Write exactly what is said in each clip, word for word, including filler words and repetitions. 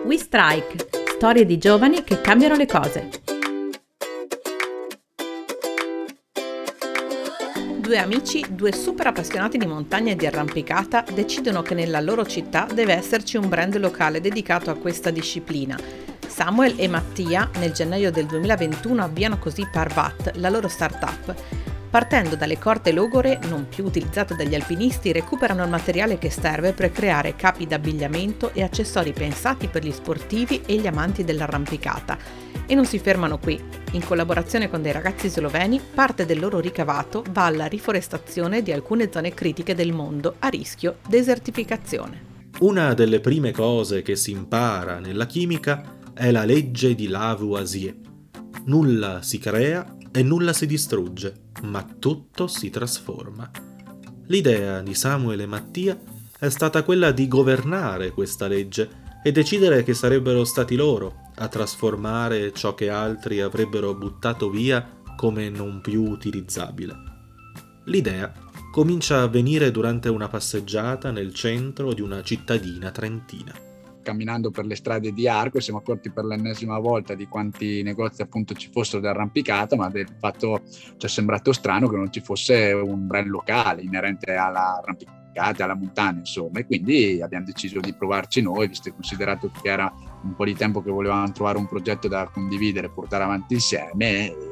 We Strike, storie di giovani che cambiano le cose. Due amici, due super appassionati di montagna e di arrampicata, decidono che nella loro città deve esserci un brand locale dedicato a questa disciplina. Samuel e Mattia nel gennaio del duemilaventuno avviano così Parvat, la loro startup. Partendo dalle corde logore, non più utilizzate dagli alpinisti, recuperano il materiale che serve per creare capi d'abbigliamento e accessori pensati per gli sportivi e gli amanti dell'arrampicata. E non si fermano qui. In collaborazione con dei ragazzi sloveni, parte del loro ricavato va alla riforestazione di alcune zone critiche del mondo a rischio desertificazione. Una delle prime cose che si impara nella chimica è la legge di Lavoisier. Nulla si crea e nulla si distrugge, ma tutto si trasforma. L'idea di Samuel e Mattia è stata quella di governare questa legge e decidere che sarebbero stati loro a trasformare ciò che altri avrebbero buttato via come non più utilizzabile. L'idea comincia a avvenire durante una passeggiata nel centro di una cittadina trentina. Camminando per le strade di Arco siamo accorti per l'ennesima volta di quanti negozi appunto ci fossero di arrampicata, ma del fatto ci è sembrato strano che non ci fosse un brand locale inerente all'arrampicata, alla montagna insomma, e quindi abbiamo deciso di provarci noi, visto e considerato che era un po' di tempo che volevamo trovare un progetto da condividere, portare avanti insieme, e,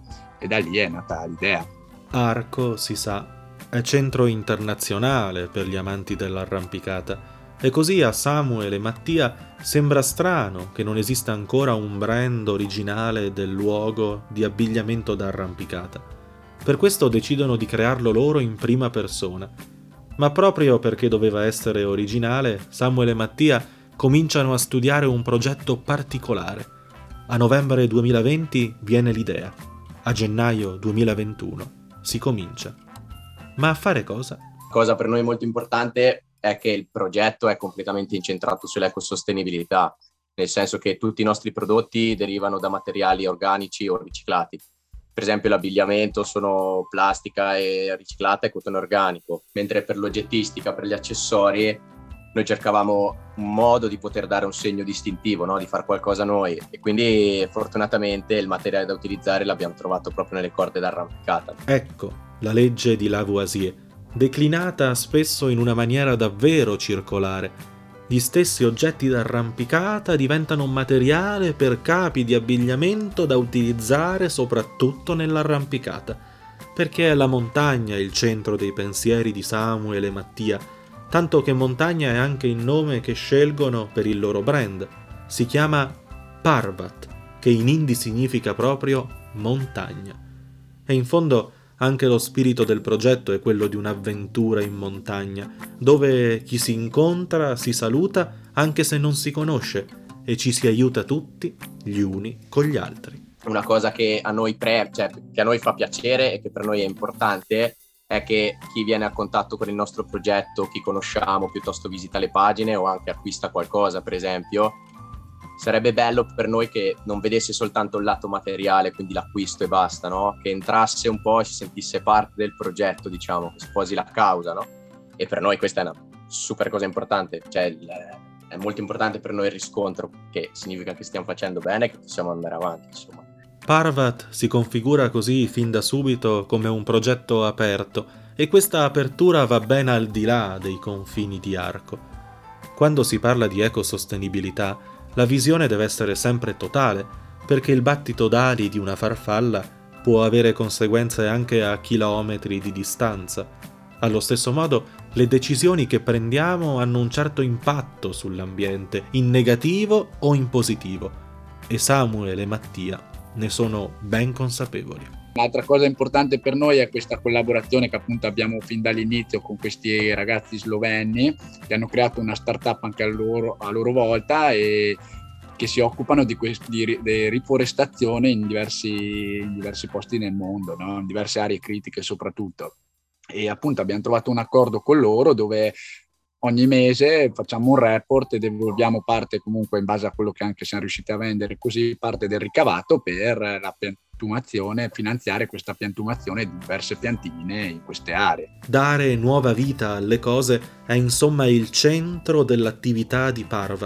e da lì è nata l'idea. Arco, si sa, è centro internazionale per gli amanti dell'arrampicata. E così a Samuel e Mattia sembra strano che non esista ancora un brand originale del luogo di abbigliamento da arrampicata. Per questo decidono di crearlo loro in prima persona. Ma proprio perché doveva essere originale, Samuel e Mattia cominciano a studiare un progetto particolare. A novembre duemilaventi viene l'idea. A gennaio duemilaventuno si comincia. Ma a fare cosa? Cosa per noi molto importante è che il progetto è completamente incentrato sull'ecosostenibilità, nel senso che tutti i nostri prodotti derivano da materiali organici o riciclati. Per esempio l'abbigliamento sono plastica e riciclata e cotone organico, mentre per l'oggettistica, per gli accessori, noi cercavamo un modo di poter dare un segno distintivo, no? Di fare qualcosa noi, e quindi fortunatamente il materiale da utilizzare l'abbiamo trovato proprio nelle corde d'arrampicata. Ecco la legge di Lavoisier, declinata spesso in una maniera davvero circolare. Gli stessi oggetti d'arrampicata diventano un materiale per capi di abbigliamento da utilizzare soprattutto nell'arrampicata, perché è la montagna il centro dei pensieri di Samuel e Mattia, tanto che montagna è anche il nome che scelgono per il loro brand. Si chiama Parvat, che in hindi significa proprio montagna. E in fondo anche lo spirito del progetto è quello di un'avventura in montagna, dove chi si incontra si saluta anche se non si conosce e ci si aiuta tutti gli uni con gli altri. Una cosa che a noi pre, cioè, che a noi fa piacere e che per noi è importante è che chi viene a contatto con il nostro progetto, chi conosciamo, piuttosto visita le pagine o anche acquista qualcosa, per esempio, sarebbe bello per noi che non vedesse soltanto il lato materiale, quindi l'acquisto e basta, no? Che entrasse un po' e si sentisse parte del progetto, diciamo, che sposi la causa, no? E per noi questa è una super cosa importante, cioè il, è molto importante per noi il riscontro, che significa che stiamo facendo bene e che possiamo andare avanti, insomma. Parvat si configura così fin da subito come un progetto aperto, e questa apertura va ben al di là dei confini di Arco. Quando si parla di ecosostenibilità, la visione deve essere sempre totale, perché il battito d'ali di una farfalla può avere conseguenze anche a chilometri di distanza. Allo stesso modo, le decisioni che prendiamo hanno un certo impatto sull'ambiente, in negativo o in positivo, e Samuel e Mattia ne sono ben consapevoli. Un'altra cosa importante per noi è questa collaborazione che appunto abbiamo fin dall'inizio con questi ragazzi sloveni che hanno creato una startup anche a loro, a loro volta e che si occupano di, quest- di, di riforestazione in diversi, in diversi posti nel mondo, no? In diverse aree critiche soprattutto. E appunto abbiamo trovato un accordo con loro dove ogni mese facciamo un report e devolviamo parte, comunque in base a quello che anche siamo riusciti a vendere, così parte del ricavato per la piantumazione, finanziare questa piantumazione di diverse piantine in queste aree. Dare nuova vita alle cose è insomma il centro dell'attività di Parvat.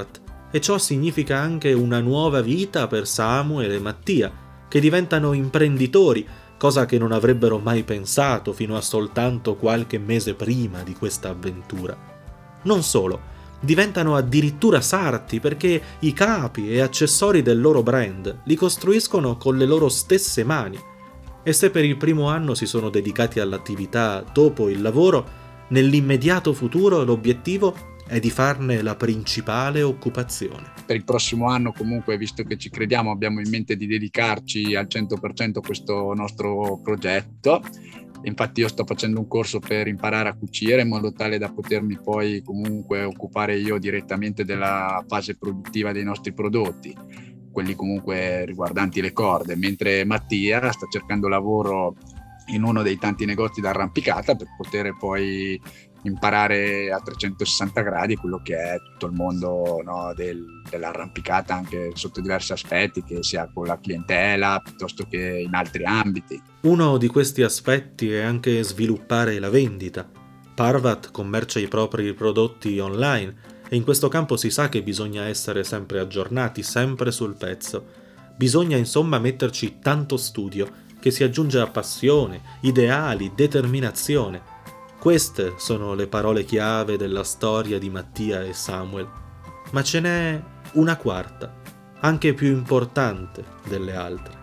E ciò significa anche una nuova vita per Samuel e Mattia, che diventano imprenditori, cosa che non avrebbero mai pensato fino a soltanto qualche mese prima di questa avventura. Non solo, diventano addirittura sarti perché i capi e accessori del loro brand li costruiscono con le loro stesse mani. E se per il primo anno si sono dedicati all'attività dopo il lavoro, nell'immediato futuro l'obiettivo è di farne la principale occupazione. Per il prossimo anno comunque, visto che ci crediamo, abbiamo in mente di dedicarci al cento per cento a questo nostro progetto. Infatti io sto facendo un corso per imparare a cucire in modo tale da potermi poi comunque occupare io direttamente della fase produttiva dei nostri prodotti, quelli comunque riguardanti le corde, mentre Mattia sta cercando lavoro in uno dei tanti negozi d'arrampicata per poter poi imparare a trecentosessanta gradi quello che è tutto il mondo, no, del, dell'arrampicata, anche sotto diversi aspetti, che sia con la clientela piuttosto che in altri ambiti. Uno di questi aspetti è anche sviluppare la vendita. Parvat commercia i propri prodotti online e in questo campo si sa che bisogna essere sempre aggiornati, sempre sul pezzo. Bisogna insomma metterci tanto studio, che si aggiunge a passione, ideali, determinazione. Queste sono le parole chiave della storia di Mattia e Samuel. Ma ce n'è una quarta, anche più importante delle altre.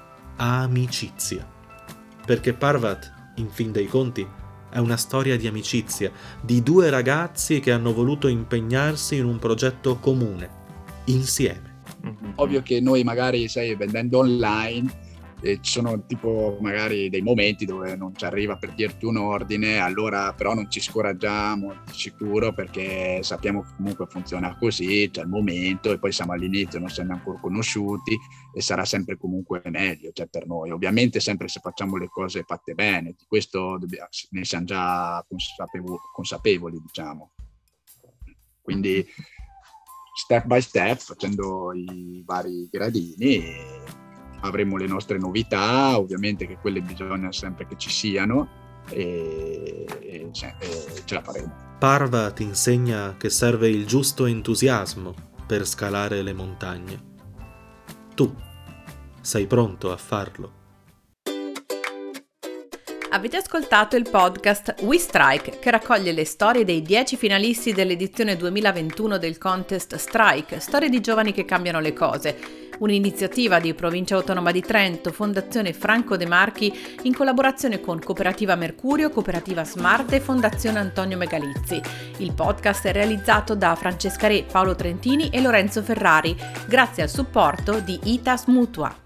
Amicizia. Perché Parvat, in fin dei conti, è una storia di amicizia, di due ragazzi che hanno voluto impegnarsi in un progetto comune, insieme. Ovvio che noi magari, sai, vendendo online, e ci sono tipo magari dei momenti dove non ci arriva per dirti un ordine, allora però non ci scoraggiamo di sicuro, perché sappiamo che comunque funziona così, c'è il momento e poi siamo all'inizio, non siamo ancora conosciuti e sarà sempre comunque meglio, cioè per noi. Ovviamente sempre se facciamo le cose fatte bene, di questo dobbiamo, ne siamo già consapevoli, consapevoli diciamo. Quindi step by step, facendo i vari gradini, avremo le nostre novità, ovviamente che quelle bisogna sempre che ci siano e, e, cioè, e ce la faremo. Parva ti insegna che serve il giusto entusiasmo per scalare le montagne. Tu sei pronto a farlo? Avete ascoltato il podcast We Strike, che raccoglie le storie dei dieci finalisti dell'edizione duemilaventuno del contest Strike, storie di giovani che cambiano le cose. Un'iniziativa di Provincia Autonoma di Trento, Fondazione Franco De Marchi, in collaborazione con Cooperativa Mercurio, Cooperativa Smart e Fondazione Antonio Megalizzi. Il podcast è realizzato da Francesca Re, Paolo Trentini e Lorenzo Ferrari, grazie al supporto di Itas Mutua.